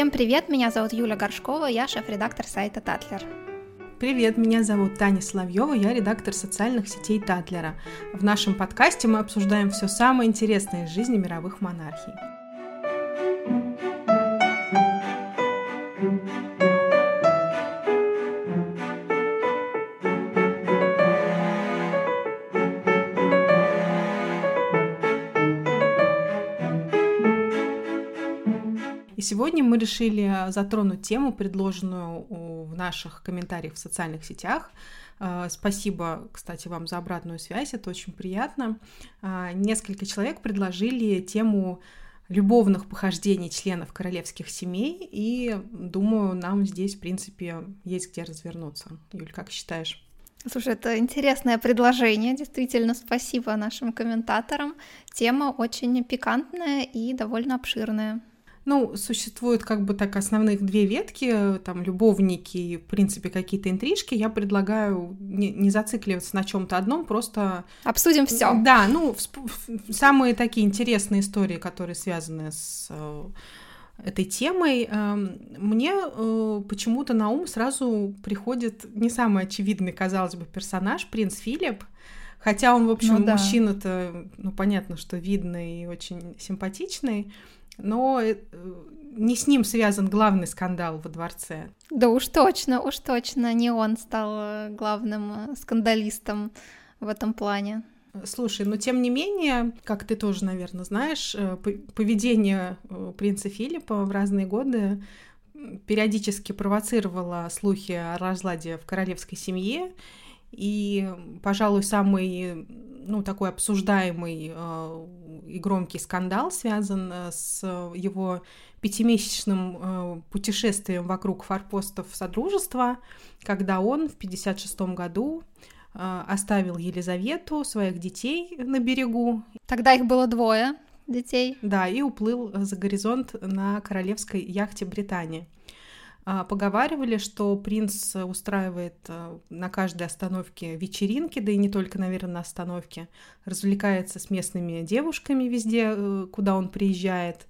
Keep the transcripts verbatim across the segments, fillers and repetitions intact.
Всем привет, меня зовут Юля Горшкова, я шеф-редактор сайта Татлер. Привет, меня зовут Таня Соловьева, я редактор социальных сетей Татлера. В нашем подкасте мы обсуждаем все самое интересное из жизни мировых монархий. И сегодня мы решили затронуть тему, предложенную в наших комментариях в социальных сетях. Спасибо, кстати, вам за обратную связь, это очень приятно. Несколько человек предложили тему любовных похождений членов королевских семей, и думаю, нам здесь, в принципе, есть где развернуться. Юль, как считаешь? Слушай, это интересное предложение, действительно, спасибо нашим комментаторам. Тема очень пикантная и довольно обширная. Ну, существуют как бы так основных две ветки, там любовники и, в принципе, какие-то интрижки. Я предлагаю не, не зацикливаться на чем-то одном, просто... Обсудим все. Да, ну, всп... самые такие интересные истории, которые связаны с э, этой темой. Э, мне э, почему-то на ум сразу приходит не самый очевидный, казалось бы, персонаж, принц Филипп. Хотя он, в общем, ну, да. мужчина-то, ну, понятно, что видный и очень симпатичный, но не с ним связан главный скандал во дворце. Да уж точно, уж точно, не он стал главным скандалистом в этом плане. Слушай, но тем не менее, как ты тоже, наверное, знаешь, поведение принца Филиппа в разные годы периодически провоцировало слухи о разладе в королевской семье, и, пожалуй, самый, ну, такой обсуждаемый э, и громкий скандал связан с его пятимесячным э, путешествием вокруг форпостов Содружества, когда он в пятьдесят шестом году э, оставил Елизавету, своих детей на берегу. Тогда их было двое детей. Да, и уплыл за горизонт на королевской яхте Британии. Поговаривали, что принц устраивает на каждой остановке вечеринки, да и не только, наверное, на остановке, развлекается с местными девушками везде, куда он приезжает,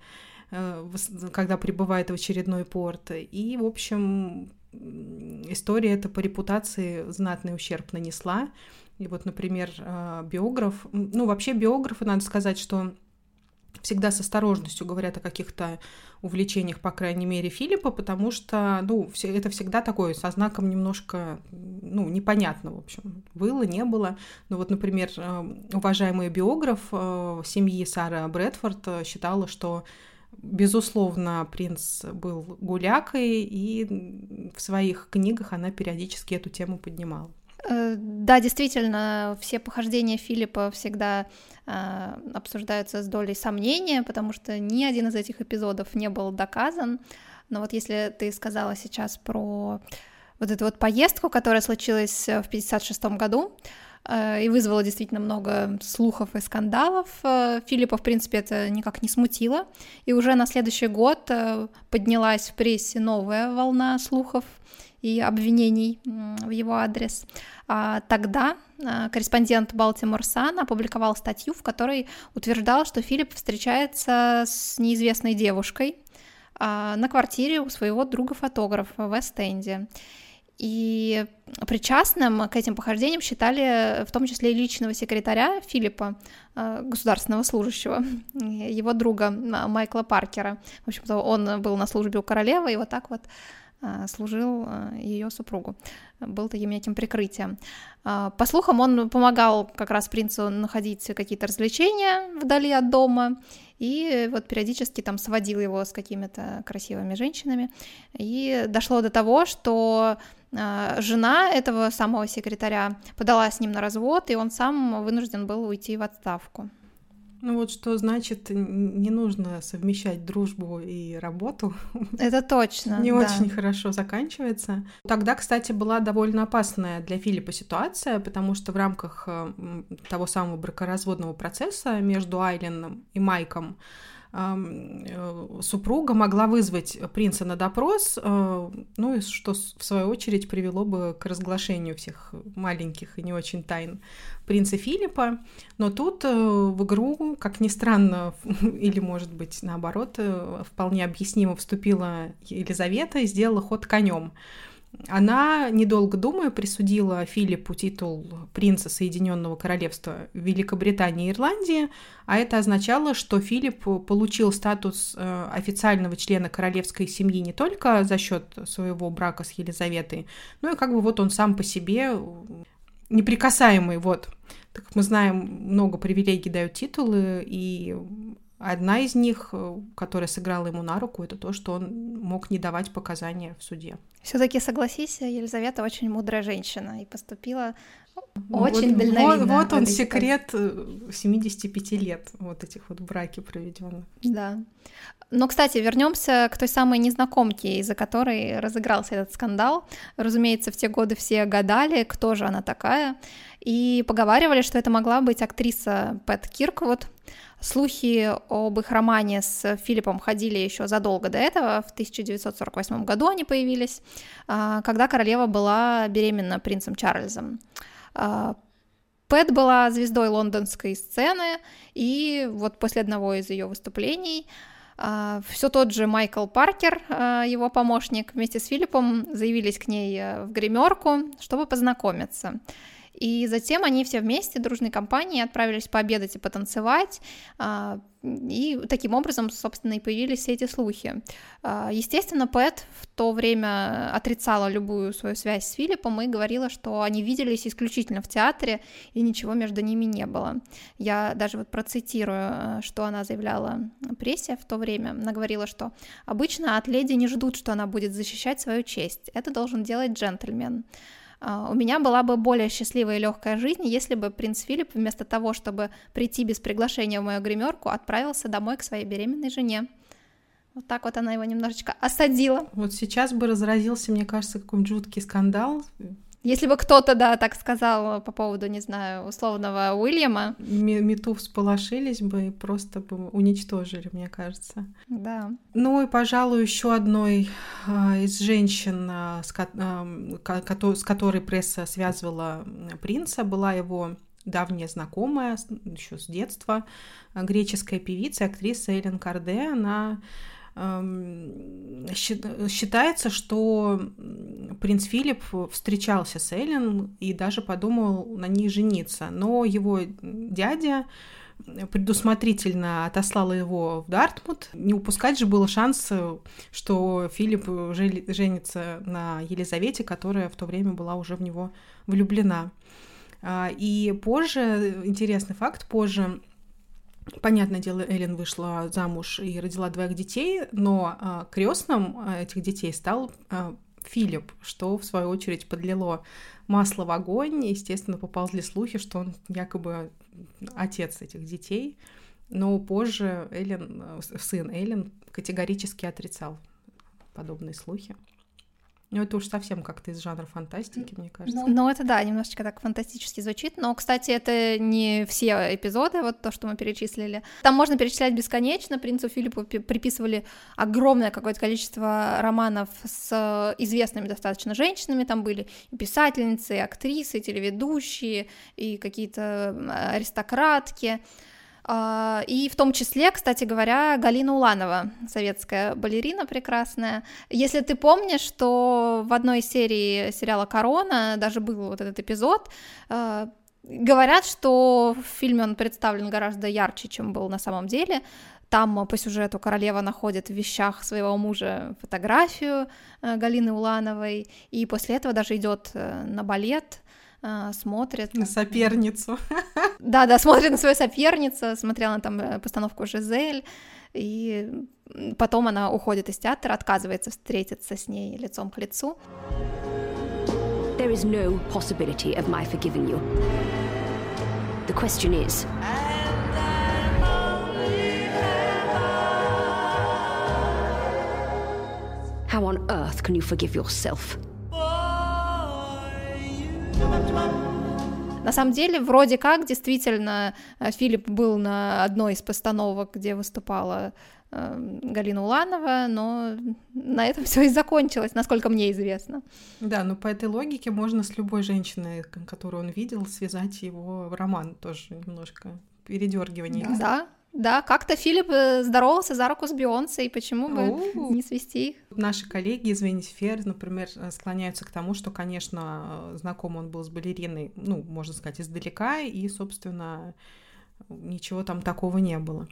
когда прибывает в очередной порт. И, в общем, история эта по репутации знатный ущерб нанесла. И вот, например, биограф, ну, вообще биографы, надо сказать, что всегда с осторожностью говорят о каких-то увлечениях, по крайней мере, Филиппа, потому что, ну, это всегда такое со знаком немножко, ну, непонятно, в общем, было, не было. Но вот, например, уважаемый биограф семьи Сары Брэдфорд считала, что, безусловно, принц был гулякой, и в своих книгах она периодически эту тему поднимала. Да, действительно, все похождения Филиппа всегда э, обсуждаются с долей сомнения, потому что ни один из этих эпизодов не был доказан. Но вот если ты сказала сейчас про вот эту вот поездку, которая случилась в пятьдесят шестом году, э, и вызвала действительно много слухов и скандалов, э, Филиппа, в принципе, это никак не смутило. И уже на следующий год э, поднялась в прессе новая волна слухов и обвинений в его адрес. А тогда корреспондент Baltimore Sun опубликовал статью, в которой утверждал, что Филипп встречается с неизвестной девушкой на квартире у своего друга-фотографа в Вест-Энде. И причастным к этим похождениям считали в том числе и личного секретаря Филиппа, государственного служащего, его друга Майкла Паркера. В общем-то, он был на службе у королевы, и вот так вот служил ее супругу, был таким неким прикрытием. По слухам, он помогал как раз принцу находить какие-то развлечения вдали от дома, и вот периодически там сводил его с какими-то красивыми женщинами. И дошло до того, что жена этого самого секретаря подала с ним на развод, и он сам вынужден был уйти в отставку. Ну вот что значит, не нужно совмещать дружбу и работу. Это точно. Не да. очень хорошо заканчивается. Тогда, кстати, была довольно опасная для Филиппа ситуация, потому что в рамках того самого бракоразводного процесса между Айленом и Майком супруга могла вызвать принца на допрос, ну и что в свою очередь привело бы к разглашению всех маленьких и не очень тайн принца Филиппа. Но тут в игру, как ни странно, или, может быть, наоборот, вполне объяснимо вступила Елизавета и сделала ход конем. Она, недолго думая, присудила Филиппу титул принца Соединенного Королевства Великобритании и Ирландии, а это означало, что Филипп получил статус официального члена королевской семьи не только за счет своего брака с Елизаветой, но и как бы вот он сам по себе неприкасаемый. Вот. Так как мы знаем, много привилегий дают титулы, и одна из них, которая сыграла ему на руку, это то, что он мог не давать показания в суде. Все-таки согласись, Елизавета очень мудрая женщина и поступила ну, очень вот, дальновидно. Вот, вот он секрет семидесяти пяти лет вот этих вот браки проведенных. Да. Но, кстати, вернемся к той самой незнакомке, из-за которой разыгрался этот скандал. Разумеется, в те годы все гадали, кто же она такая, и поговаривали, что это могла быть актриса Пэт Кирквуд. Слухи об их романе с Филиппом ходили еще задолго до этого, в тысяча девятьсот сорок восьмом году они появились, когда королева была беременна принцем Чарльзом. Пэт была звездой лондонской сцены, и вот после одного из ее выступлений все тот же Майкл Паркер, его помощник, вместе с Филиппом заявились к ней в гримерку, чтобы познакомиться. И затем они все вместе, дружной компанией, отправились пообедать и потанцевать, и таким образом, собственно, и появились все эти слухи. Естественно, Пэт в то время отрицала любую свою связь с Филиппом и говорила, что они виделись исключительно в театре, и ничего между ними не было. Я даже вот процитирую, что она заявляла прессе в то время. Она говорила, что обычно от леди не ждут, что она будет защищать свою честь. Это должен делать джентльмен. У меня была бы более счастливая и легкая жизнь, если бы принц Филипп вместо того, чтобы прийти без приглашения в мою гримерку, отправился домой к своей беременной жене. Вот так вот она его немножечко осадила. Вот сейчас бы разразился, мне кажется, какой-нибудь жуткий скандал. Если бы кто-то, да, так сказал по поводу, не знаю, условного Уильяма. Мету всполошились бы и просто бы уничтожили, мне кажется. Да. Ну и, пожалуй, еще одной а, из женщин, а, с, а, с которой пресса связывала принца, была его давняя знакомая, еще с детства, греческая певица, актриса Эллен Карде. Она... Считается, что принц Филипп встречался с Эллен и даже подумал на ней жениться, но его дядя предусмотрительно отослал его в Дартмут. Не упускать же было шанс, что Филипп женится на Елизавете, которая в то время была уже в него влюблена. И позже, интересный факт, позже понятное дело, Эллен вышла замуж и родила двоих детей, но а, крестным этих детей стал а, Филипп, что, в свою очередь, подлило масло в огонь. Естественно, поползли слухи, что он якобы отец этих детей, но позже Эллен, сын Эллен категорически отрицал подобные слухи. Ну, это уж совсем как-то из жанра фантастики, мне кажется. Ну, ну, это да, немножечко так фантастически звучит, но, кстати, это не все эпизоды, вот то, что мы перечислили. Там можно перечислять бесконечно, принцу Филиппу приписывали огромное какое-то количество романов с известными достаточно женщинами, там были и писательницы, и актрисы, и телеведущие, и какие-то аристократки. И в том числе, кстати говоря, Галина Уланова, советская балерина прекрасная. Если ты помнишь, что в одной из серий сериала «Корона» даже был вот этот эпизод, говорят, что в фильме он представлен гораздо ярче, чем был на самом деле. Там по сюжету королева находит в вещах своего мужа фотографию Галины Улановой, и после этого даже идет на балет, смотрит... На соперницу. Да-да, смотрит на свою соперницу, смотрела там постановку «Жизель», и потом она уходит из театра, отказывается встретиться с ней лицом к лицу. There is no possibility of my forgiving you. The question is... How on earth can you forgive yourself? На самом деле, вроде как, действительно, Филипп был на одной из постановок, где выступала Галина Уланова, но на этом все и закончилось, насколько мне известно. Да, но по этой логике можно с любой женщиной, которую он видел, связать его роман, тоже немножко передергивание. Да, да, да, как-то Филипп здоровался за руку с Бейонсе, и почему бы У-у-у. не свести их? Наши коллеги из Vanity Fair, например, склоняются к тому, что, конечно, знаком он был с балериной, ну, можно сказать, издалека, и, собственно, ничего там такого не было.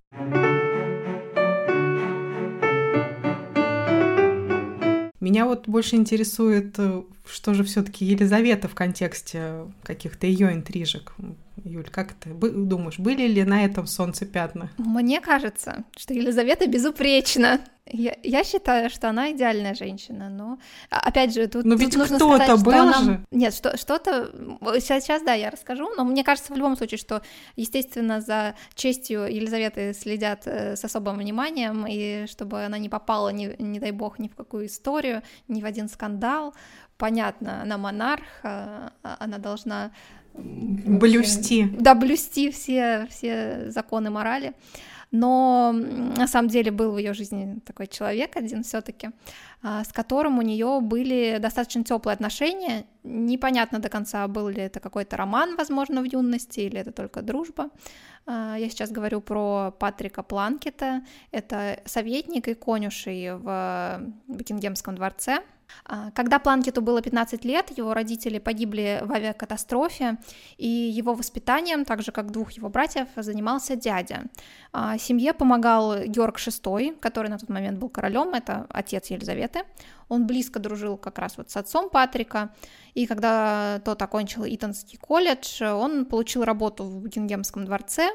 Меня вот больше интересует, что же все-таки Елизавета в контексте каких-то ее интрижек. Юль, как ты думаешь, были ли на этом солнцепятна? Мне кажется, что Елизавета безупречна. Я, я считаю, что она идеальная женщина, но опять же тут, но тут ведь нужно кто-то сказать, был что она... же. Нет, что, что-то сейчас, сейчас, да, я расскажу, но мне кажется в любом случае, что, естественно, за честью Елизаветы следят с особым вниманием, и чтобы она не попала, не, не дай бог, ни в какую историю, ни в один скандал. Понятно, она монарх, она должна... Блюсти. Да, блюсти все, все законы морали. Но на самом деле был в ее жизни такой человек один все-таки, с которым у нее были достаточно теплые отношения. Непонятно до конца, был ли это какой-то роман, возможно, в юности, или это только дружба. Я сейчас говорю про Патрика Планкета. Это советник и конюшей в Букингемском дворце. Когда Планкету было пятнадцать лет, его родители погибли в авиакатастрофе, и его воспитанием, так же как двух его братьев, занимался дядя. Семье помогал Георг шестой, который на тот момент был королем, это отец Елизаветы. Он близко дружил как раз вот с отцом Патрика, и когда тот окончил Итонский колледж, он получил работу в Букингемском дворце,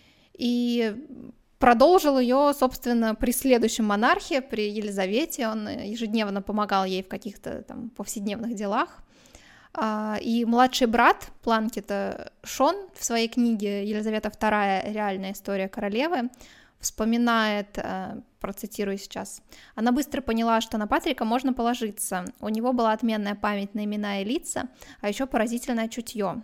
и продолжил ее, собственно, при следующем монархе, при Елизавете. Он ежедневно помогал ей в каких-то там повседневных делах. И младший брат Планкета Шон в своей книге «Елизавета вторая. Реальная история королевы» вспоминает, процитирую сейчас, «Она быстро поняла, что на Патрика можно положиться. У него была отменная память на имена и лица, а еще поразительное чутье».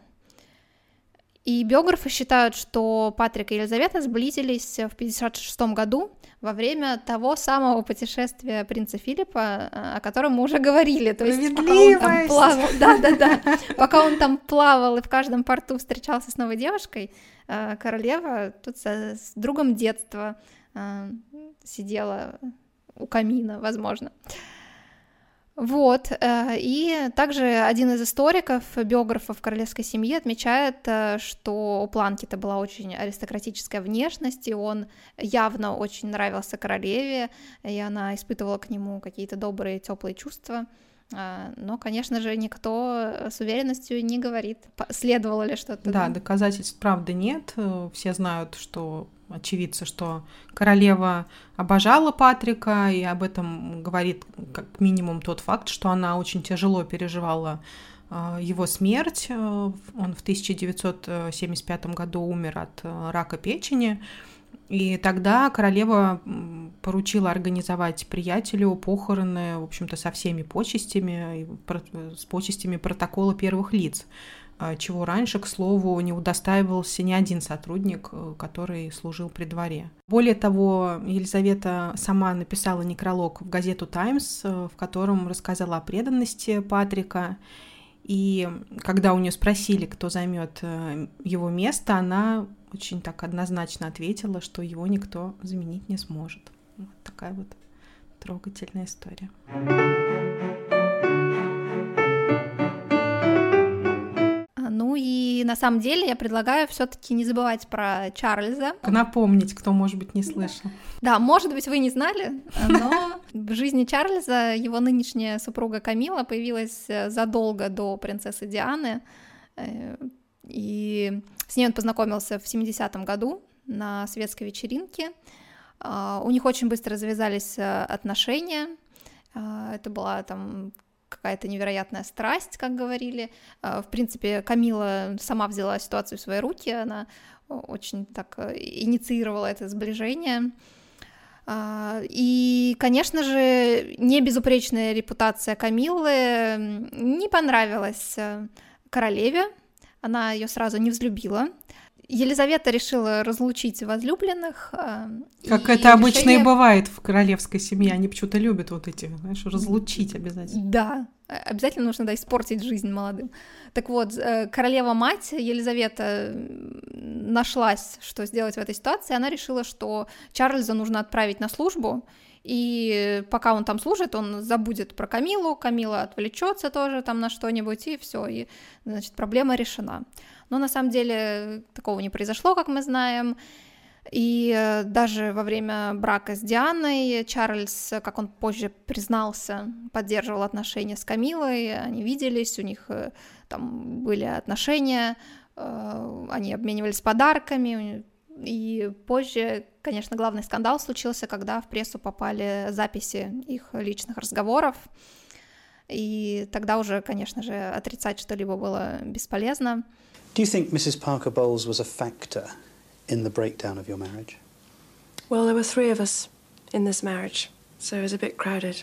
И биографы считают, что Патрик и Елизавета сблизились в пятьдесят шестом году во время того самого путешествия принца Филиппа, о котором мы уже говорили. То есть, пока он там плавал, да, да, да, пока он там плавал и в каждом порту встречался с новой девушкой, королева тут со, с другом детства сидела у камина, возможно. Вот, и также один из историков, биографов королевской семьи отмечает, что у Планкета была очень аристократическая внешность, и он явно очень нравился королеве, и она испытывала к нему какие-то добрые, теплые чувства. Но, конечно же, никто с уверенностью не говорит, следовало ли что-то. Да, доказательств, правда, нет. Все знают, что очевидцы, что королева обожала Патрика, и об этом говорит как минимум тот факт, что она очень тяжело переживала его смерть. Он в тысяча девятьсот семьдесят пятом году умер от рака печени, и тогда королева поручила организовать приятелю похороны, в общем-то, со всеми почестями, с почестями протокола первых лиц, чего раньше, к слову, не удостаивался ни один сотрудник, который служил при дворе. Более того, Елизавета сама написала некролог в газету «Таймс», в котором рассказала о преданности Патрика, и когда у нее спросили, кто займет его место, она очень так однозначно ответила, что его никто заменить не сможет. Вот такая вот трогательная история. Ну и на самом деле я предлагаю все-таки не забывать про Чарльза. Напомнить, кто, может быть, не слышал. Да, может быть, вы не знали, но в жизни Чарльза его нынешняя супруга Камила появилась задолго до принцессы Дианы, и с ней он познакомился в семидесятом году на светской вечеринке. У них очень быстро завязались отношения, это была там какая-то невероятная страсть, как говорили. В принципе, Камила сама взяла ситуацию в свои руки, она очень так инициировала это сближение. И, конечно же, не безупречная репутация Камиллы не понравилась королеве. она ее сразу не взлюбила. Елизавета решила разлучить возлюбленных. Как это обычно решение... и бывает в королевской семье. Они почему-то любят вот эти, знаешь, разлучить обязательно. Да, обязательно нужно, да, испортить жизнь молодым. Так вот, королева-мать Елизавета нашлась, что сделать в этой ситуации. Она решила, что Чарльза нужно отправить на службу, и пока он там служит, он забудет про Камилу, Камила отвлечется тоже там на что-нибудь, и все, и, значит, проблема решена. Но на самом деле такого не произошло, как мы знаем. И даже во время брака с Дианой Чарльз, как он позже признался, поддерживал отношения с Камилой, они виделись, у них там были отношения, они обменивались подарками. И позже, конечно, главный скандал случился, когда в прессу попали записи их личных разговоров. И тогда уже, конечно же, отрицать что-либо было бесполезно. Do you think Missus Parker Bowles was a factor in the breakdown of your marriage? Well, there were three of us in this marriage, so it was a bit crowded.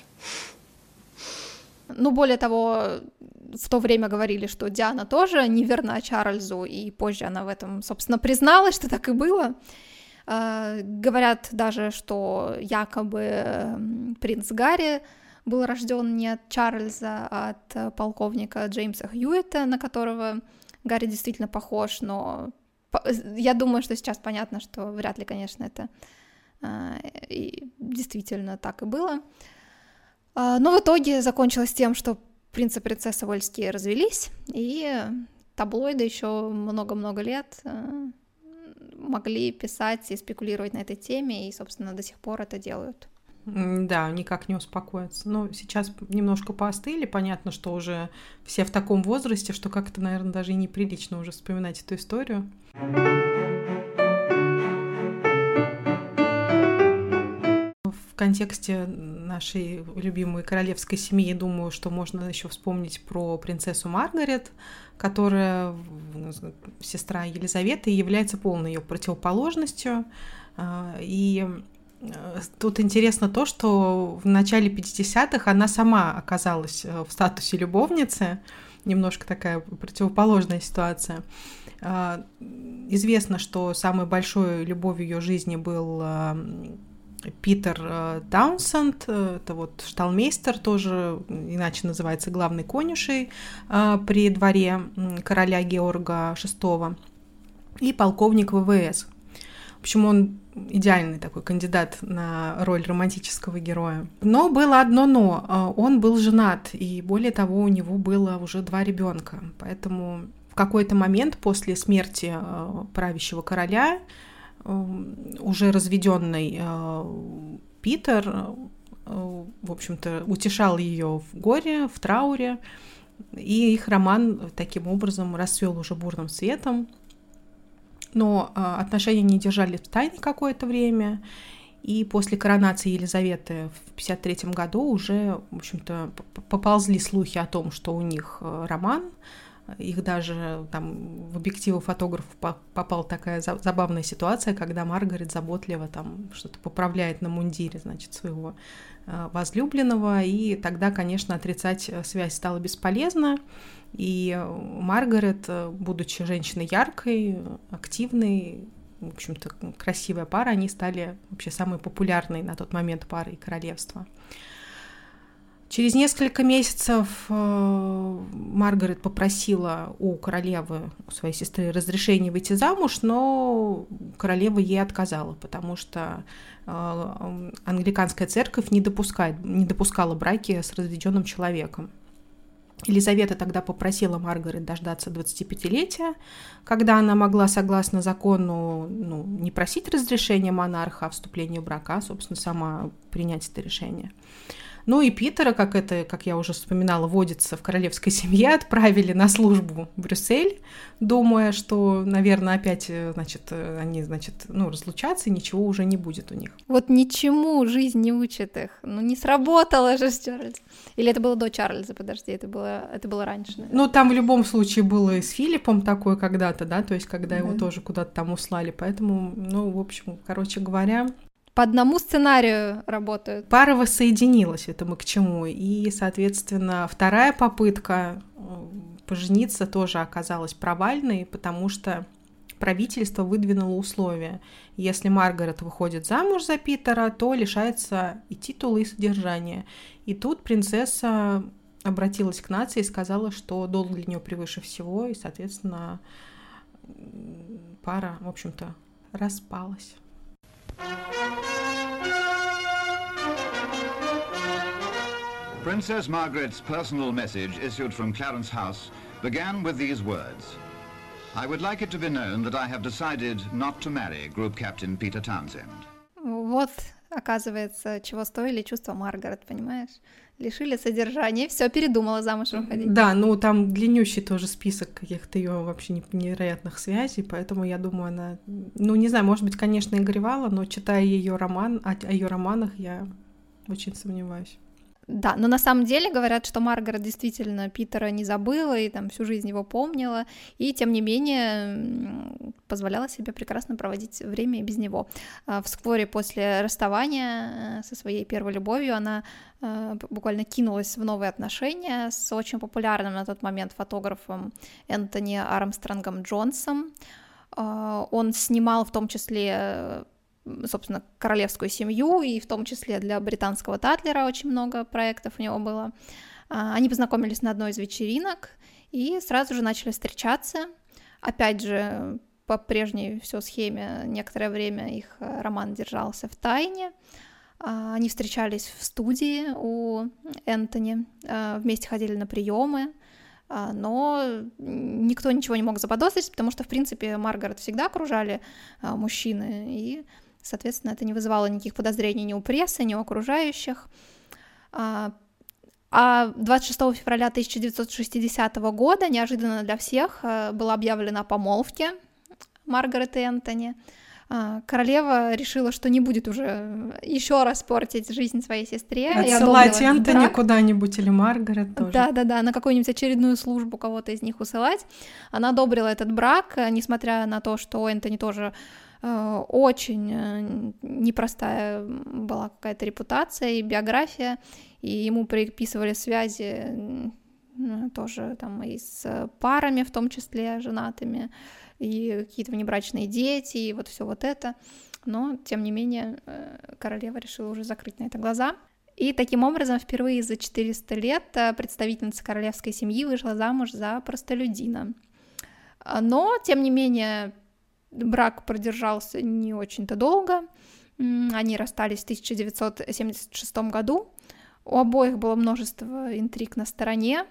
Ну, более того, в то время говорили, что Диана тоже не верна Чарльзу, и позже она в этом, собственно, призналась, что так и было. Говорят даже, что якобы принц Гарри был рожден не от Чарльза, а от полковника Джеймса Хьюитта, на которого Гарри действительно похож, но я думаю, что сейчас понятно, что вряд ли, конечно, это и действительно так и было. Но в итоге закончилось тем, что принц и принцесса Уэльские развелись, и таблоиды еще много-много лет могли писать и спекулировать на этой теме, и, собственно, до сих пор это делают. Да, никак не успокоятся. Но сейчас немножко поостыли, понятно, что уже все в таком возрасте, что как-то, наверное, даже и неприлично уже вспоминать эту историю. В контексте нашей любимой королевской семьи, думаю, что можно еще вспомнить про принцессу Маргарет, которая, сестра Елизаветы, является полной ее противоположностью. И тут интересно то, что в начале пятидесятых она сама оказалась в статусе любовницы, немножко такая противоположная ситуация. Известно, что самой большой любовью ее жизни был Питер Таунсенд, это вот шталмейстер, тоже иначе называется главный конюшей при дворе короля Георга шестого, и полковник ВВС. В общем, он идеальный такой кандидат на роль романтического героя. Но было одно но. Он был женат, и более того, у него было уже два ребенка. Поэтому в какой-то момент после смерти правящего короля уже разведенный Питер, в общем-то, утешал ее в горе, в трауре, и их роман таким образом расцвел уже бурным цветом. Но отношения не держали в тайне какое-то время, и после коронации Елизаветы в пятьдесят третьем году уже, в общем-то, поползли слухи о том, что у них роман. Их даже там в объективы фотографов попала такая забавная ситуация, когда Маргарет заботливо там что-то поправляет на мундире, значит, своего возлюбленного, и тогда, конечно, отрицать связь стало бесполезно, и Маргарет, будучи женщиной яркой, активной, в общем-то, красивая пара, они стали вообще самой популярной на тот момент парой королевства. Через несколько месяцев Маргарет попросила у королевы, у своей сестры, разрешения выйти замуж, но королева ей отказала, потому что англиканская церковь не допускает, не допускала браки с разведенным человеком. Елизавета тогда попросила Маргарет дождаться двадцатипятилетия, когда она могла, согласно закону, ну, не просить разрешения монарха о вступлении в брак, а, собственно, сама принять это решение. Ну и Питера, как это, как я уже вспоминала, водится в королевской семье, отправили на службу в Брюссель, думая, что, наверное, опять, значит, они, значит, ну, разлучатся, и ничего уже не будет у них. Вот ничему жизнь не учит их. Ну, не сработало же с Чарльзом. Или это было до Чарльза, подожди, это было, это было раньше, наверное. Ну, там в любом случае было и с Филиппом такое когда-то, да, то есть когда его да. тоже куда-то там услали, поэтому, ну, в общем, короче говоря... По одному сценарию работают. Пара воссоединилась, это мы к чему. И, соответственно, вторая попытка пожениться тоже оказалась провальной, потому что правительство выдвинуло условия. Если Маргарет выходит замуж за Питера, то лишается и титула, и содержания. И тут принцесса обратилась к нации и сказала, что долг для нее превыше всего, и, соответственно, пара, в общем-то, распалась. Princess Margaret's personal message issued from Clarence House began with these words. I would like it to be known that I have decided not to marry Group Captain Peter Townsend. Вот, оказывается, чего стоили чувства Маргарет, понимаешь? Лишили содержания, все передумала замуж выходить. Да, ну там длиннющий тоже список каких-то ее вообще невероятных связей, поэтому я думаю, она, ну не знаю, может быть, конечно, и горевала, но читая ее роман, о, о ее романах, я очень сомневаюсь. Да, но на самом деле говорят, что Маргарет действительно Питера не забыла и там всю жизнь его помнила, и тем не менее позволяла себе прекрасно проводить время и без него. Вскоре после расставания со своей первой любовью она буквально кинулась в новые отношения с очень популярным на тот момент фотографом Энтони Армстронгом Джонсом. Он снимал в том числе, собственно, королевскую семью, и в том числе для британского Татлера очень много проектов у него было. Они познакомились на одной из вечеринок и сразу же начали встречаться. Опять же, по прежней все схеме, некоторое время их роман держался в тайне. Они встречались в студии у Энтони, вместе ходили на приемы, но никто ничего не мог заподозрить, потому что, в принципе, Маргарет всегда окружали мужчины, и, соответственно, это не вызывало никаких подозрений ни у прессы, ни у окружающих. А двадцать шестого февраля тысяча девятьсот шестидесятого года неожиданно для всех была объявлена о помолвке Маргарет и Энтони. Королева решила, что не будет уже еще раз портить жизнь своей сестре. Отсылать Энтони куда-нибудь или Маргарет тоже. Да-да-да, на какую-нибудь очередную службу кого-то из них усылать. Она одобрила этот брак, несмотря на то, что у Энтони тоже э, очень непростая была какая-то репутация и биография, и ему приписывали связи э, тоже там и с парами, в том числе женатыми, и какие-то внебрачные дети, и вот все вот это. Но, тем не менее, королева решила уже закрыть на это глаза. И таким образом впервые за четыреста лет представительница королевской семьи вышла замуж за простолюдина. Но, тем не менее, брак продержался не очень-то долго. Они расстались в тысяча девятьсот семьдесят шестом году. У обоих было множество интриг на стороне.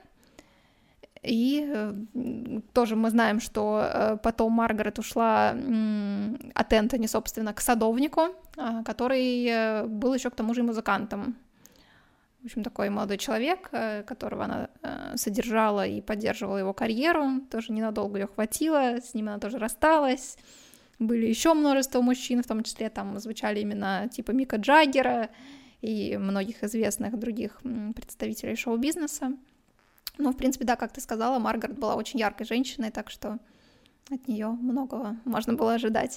И тоже мы знаем, что потом Маргарет ушла от Энтони, собственно, к садовнику, который был еще к тому же и музыкантом. В общем, такой молодой человек, которого она содержала и поддерживала его карьеру. Тоже ненадолго ее хватило, с ним она тоже рассталась. Были еще множество мужчин, в том числе там звучали имена типа Мика Джаггера и многих известных других представителей шоу-бизнеса. Ну, в принципе, да, как ты сказала, Маргарет была очень яркой женщиной, так что от нее многого можно было ожидать.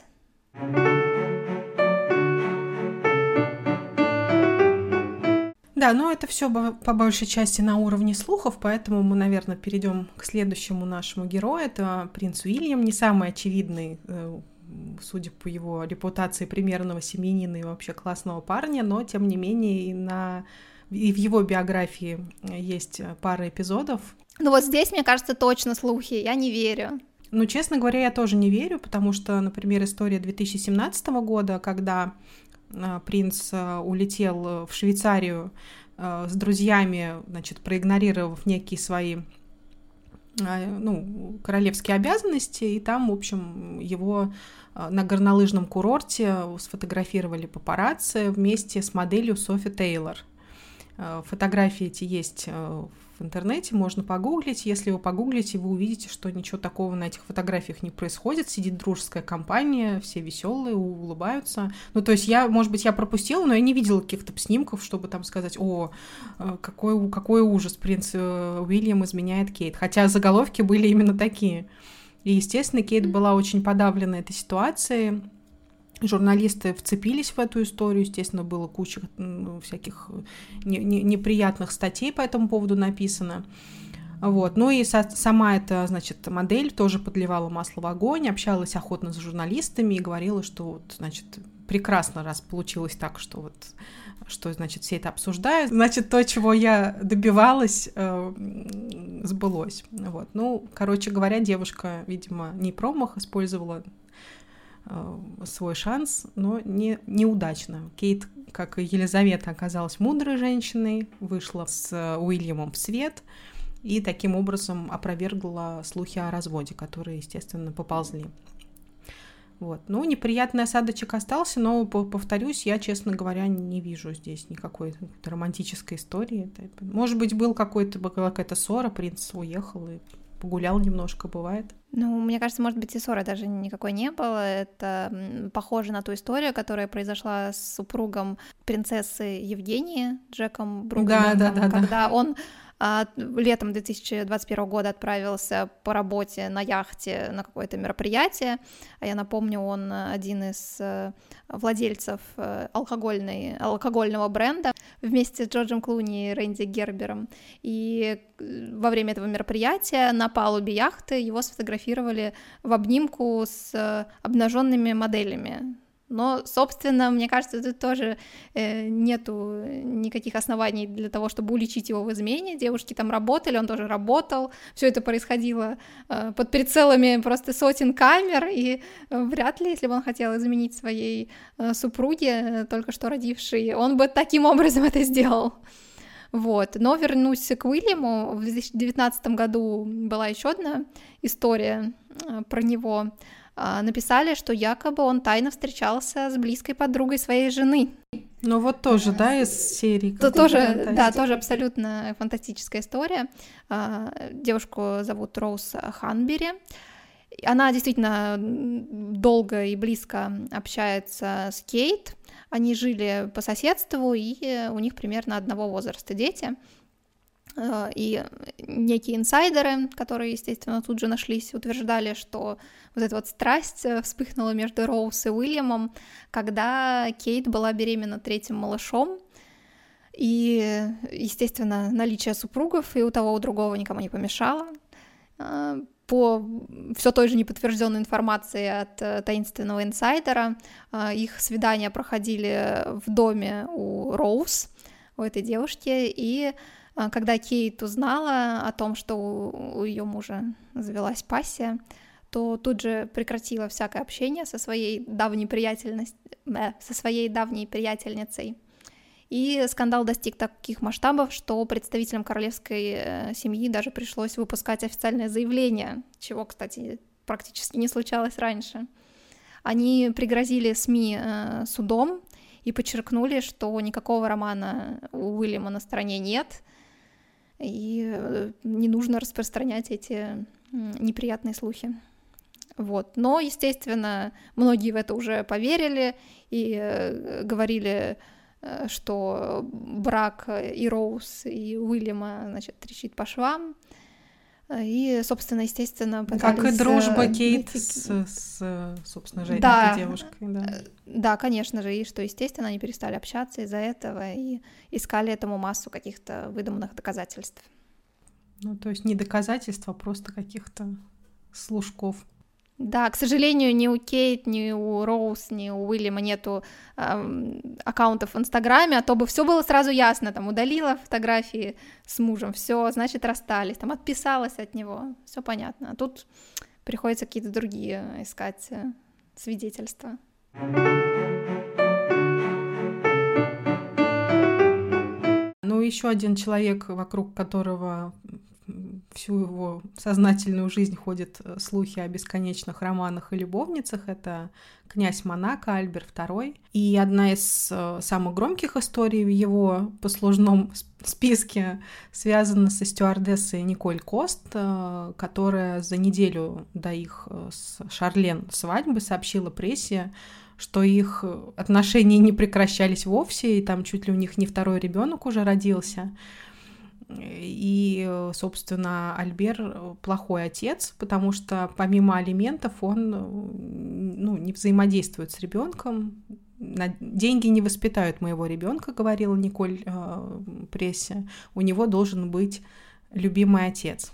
Да, но это все по большей части на уровне слухов, поэтому мы, наверное, перейдем к следующему нашему герою. Это принц Уильям, не самый очевидный, судя по его репутации, примерного семьянина и вообще классного парня, но, тем не менее, и на... И в его биографии есть пара эпизодов. Ну вот здесь, мне кажется, точно слухи, я не верю. Ну, честно говоря, я тоже не верю, потому что, например, история две тысячи семнадцатого года, когда принц улетел в Швейцарию с друзьями, значит, проигнорировав некие свои, ну, королевские обязанности, и там, в общем, его на горнолыжном курорте сфотографировали папарацци вместе с моделью Софи Тейлор. Фотографии эти есть в интернете, можно погуглить. Если вы погуглите, вы увидите, что ничего такого на этих фотографиях не происходит. Сидит дружеская компания, все веселые, улыбаются. Ну, то есть я, может быть, я пропустила, но я не видела каких-то снимков, чтобы там сказать: о, какой, какой ужас, принц Уильям изменяет Кейт. Хотя заголовки были именно такие. И, естественно, Кейт была очень подавлена этой ситуацией. Журналисты вцепились в эту историю, естественно, было куча ну, всяких не, не, неприятных статей по этому поводу написано. Вот. Ну и со- сама эта, значит, модель тоже подливала масло в огонь, общалась охотно с журналистами и говорила, что, вот, значит, прекрасно, раз получилось так, что вот, что, значит, все это обсуждают, значит, то, чего я добивалась, э, сбылось. Вот. Ну, короче говоря, девушка, видимо, не промах, использовала э, свой шанс, но не, неудачно. Кейт, как и Елизавета, оказалась мудрой женщиной, вышла с Уильямом в свет и таким образом опровергла слухи о разводе, которые, естественно, поползли. Вот. Ну, неприятный осадочек остался, но, повторюсь, я, честно говоря, не вижу здесь никакой романтической истории. Может быть, был какой-то, была какая-то ссора, принц уехал и погулял немножко, бывает. Ну, мне кажется, может быть, и ссоры даже никакой не было. Это похоже на ту историю, которая произошла с супругом принцессы Евгении, Джеком Бруклином, да, да, да, когда да. он а, летом две тысячи двадцать первого года отправился по работе на яхте на какое-то мероприятие. А я напомню, он один из владельцев алкогольной, алкогольного бренда вместе с Джорджем Клуни и Рэнди Гербером. И во время этого мероприятия на палубе яхты его сфотографировали в обнимку с обнаженными моделями. Но, собственно, мне кажется, тут тоже э, нету никаких оснований для того, чтобы уличить его в измене. Девушки там работали, он тоже работал. Все это происходило э, под прицелами просто сотен камер, и э, вряд ли, если бы он хотел изменить своей э, супруге, э, только что родившей, он бы таким образом это сделал. Вот. Но вернусь к Уильяму. В две тысячи девятнадцатом году была еще одна история э, про него. Написали, что якобы он тайно встречался с близкой подругой своей жены. Ну вот тоже, да, из серии. То тоже, да, тоже абсолютно фантастическая история. Девушку зовут Роуз Ханбери. Она действительно долго и близко общается с Кейт. Они жили по соседству, и у них примерно одного возраста дети. И некие инсайдеры, которые, естественно, тут же нашлись, утверждали, что вот эта вот страсть вспыхнула между Роуз и Уильямом, когда Кейт была беременна третьим малышом, и, естественно, наличие супругов и у того, и у другого никому не помешало. По все той же неподтвержденной информации от таинственного инсайдера, их свидания проходили в доме у Роуз, у этой девушки, и когда Кейт узнала о том, что у ее мужа завелась пассия, то тут же прекратила всякое общение со своей давней приятельностью, э, со своей давней приятельницей. И скандал достиг таких масштабов, что представителям королевской э, семьи даже пришлось выпускать официальное заявление, чего, кстати, практически не случалось раньше. Они пригрозили СМИ э, судом и подчеркнули, что никакого романа у Уильяма на стороне нет, и не нужно распространять эти неприятные слухи. Вот. Но, естественно, многие в это уже поверили и говорили, что брак и Роуз, и Уильяма, значит, трещит по швам. И, собственно, естественно, пытались... Как и дружба Кейт с, с собственно, же, да, этой девушкой. Да. да, конечно же, и что, естественно, они перестали общаться из-за этого и искали этому массу каких-то выдуманных доказательств. Ну, то есть не доказательств, а просто каких-то слушков. Да, к сожалению, ни у Кейт, ни у Роуз, ни у Уильяма нету эм, аккаунтов в Инстаграме, а то бы все было сразу ясно, там, удалила фотографии с мужем, все, значит, расстались, там, отписалась от него, все понятно, а тут приходится какие-то другие искать э, свидетельства. Ну, еще один человек, вокруг которого всю его сознательную жизнь ходят слухи о бесконечных романах и любовницах, это князь Монако Альберт второй. И одна из самых громких историй в его послужном списке связана со стюардессой Николь Кост, которая за неделю до их с Шарлен свадьбы сообщила прессе, что их отношения не прекращались вовсе, и там чуть ли у них не второй ребенок уже родился. И, собственно, Альбер плохой отец, потому что помимо алиментов он, ну, не взаимодействует с ребенком. Деньги не воспитают моего ребенка, говорила Николь э, прессе. У него должен быть любимый отец.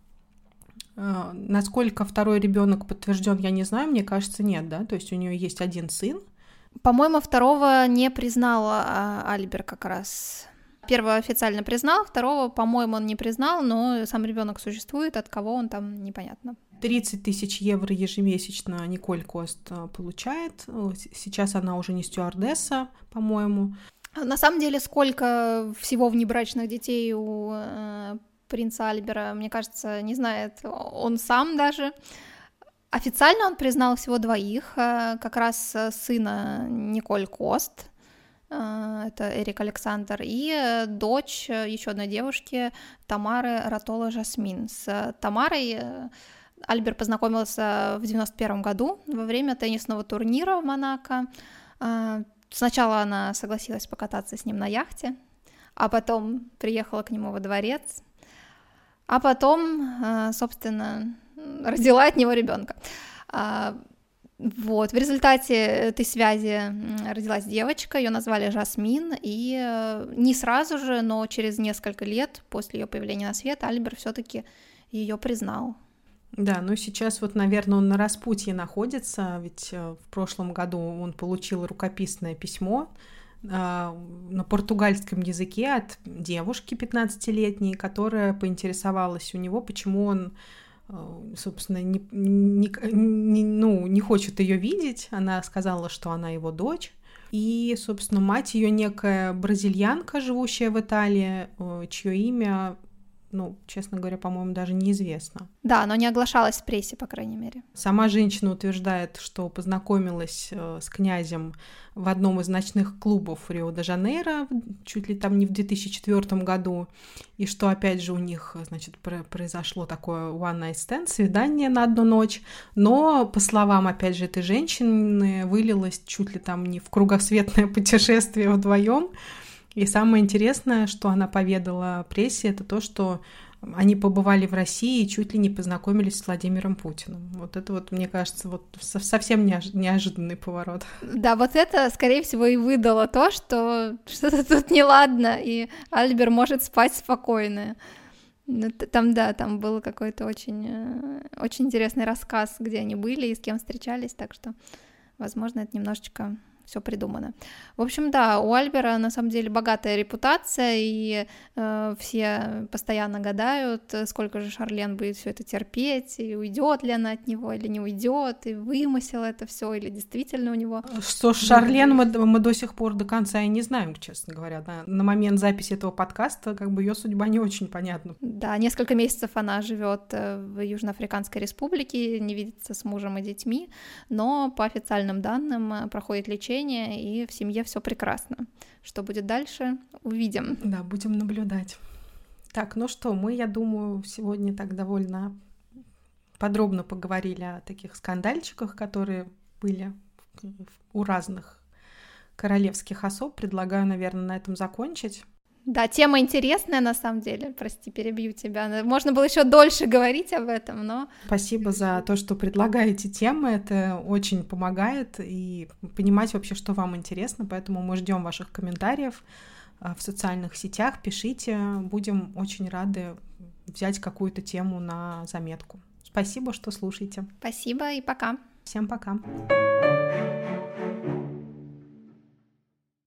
Насколько второй ребенок подтвержден, я не знаю, мне кажется, нет, да, то есть у нее есть один сын. По-моему, второго не признал Альбер как раз. Первого официально признал, второго, по-моему, он не признал, но сам ребенок существует, от кого он там непонятно. тридцать тысяч евро ежемесячно Николь Кост получает. Сейчас она уже не стюардесса, по-моему. На самом деле, сколько всего внебрачных детей у э, принца Альбера, мне кажется, не знает он сам даже. Официально он признал всего двоих, э, как раз сына Николь Кост, э, это Эрик Александр, и дочь еще одной девушки Тамары Ротола Жасмин. С Тамарой Альбер познакомился в девяносто первом году во время теннисного турнира в Монако. Сначала она согласилась покататься с ним на яхте, а потом приехала к нему во дворец, а потом, собственно, родила от него ребенка. Вот. В результате этой связи родилась девочка, ее назвали Жасмин, и не сразу же, но через несколько лет после ее появления на свет Альбер все-таки ее признал. Да, ну сейчас вот, наверное, он на распутье находится, ведь в прошлом году он получил рукописное письмо э, на португальском языке от девушки пятнадцатилетней, которая поинтересовалась у него, почему он, э, собственно, не, не, не, ну, не хочет ее видеть. Она сказала, что она его дочь. И, собственно, мать ее некая бразильянка, живущая в Италии, э, чье имя... ну, честно говоря, по-моему, даже неизвестно. Да, оно не оглашалось в прессе, по крайней мере. Сама женщина утверждает, что познакомилась с князем в одном из ночных клубов Рио-де-Жанейро, чуть ли там не в две тысячи четвёртом году, и что, опять же, у них, значит, произошло такое one night stand, свидание на одну ночь, но, по словам, опять же, этой женщины, вылилось чуть ли там не в кругосветное путешествие вдвоем. И самое интересное, что она поведала прессе, это то, что они побывали в России и чуть ли не познакомились с Владимиром Путиным. Вот это вот, мне кажется, вот совсем неожиданный поворот. Да, вот это, скорее всего, и выдало то, что что-то тут неладно, и Альбер может спать спокойно. Там, да, там был какой-то очень, очень интересный рассказ, где они были и с кем встречались, так что, возможно, это немножечко... все придумано. В общем, да, у Альбера на самом деле богатая репутация, и э, все постоянно гадают, сколько же Шарлен будет все это терпеть, и уйдет ли она от него, или не уйдет, и вымысел это все, или действительно у него. Что с Шарлен мы, мы до сих пор до конца и не знаем, честно говоря. Да. На момент записи этого подкаста как бы ее судьба не очень понятна. Да, несколько месяцев она живет в Южноафриканской Республике, не видится с мужем и детьми, но по официальным данным проходит лечение, и в семье все прекрасно. Что будет дальше, увидим. Да, будем наблюдать. Так, ну что, мы, я думаю, сегодня так довольно подробно поговорили о таких скандальчиках, которые были у разных королевских особ. Предлагаю, наверное, на этом закончить. Да, тема интересная, на самом деле. Прости, перебью тебя. Можно было еще дольше говорить об этом, но... Спасибо за то, что предлагаете темы. Это очень помогает и понимать вообще, что вам интересно. Поэтому мы ждем ваших комментариев в социальных сетях. Пишите. Будем очень рады взять какую-то тему на заметку. Спасибо, что слушаете. Спасибо и пока. Всем пока.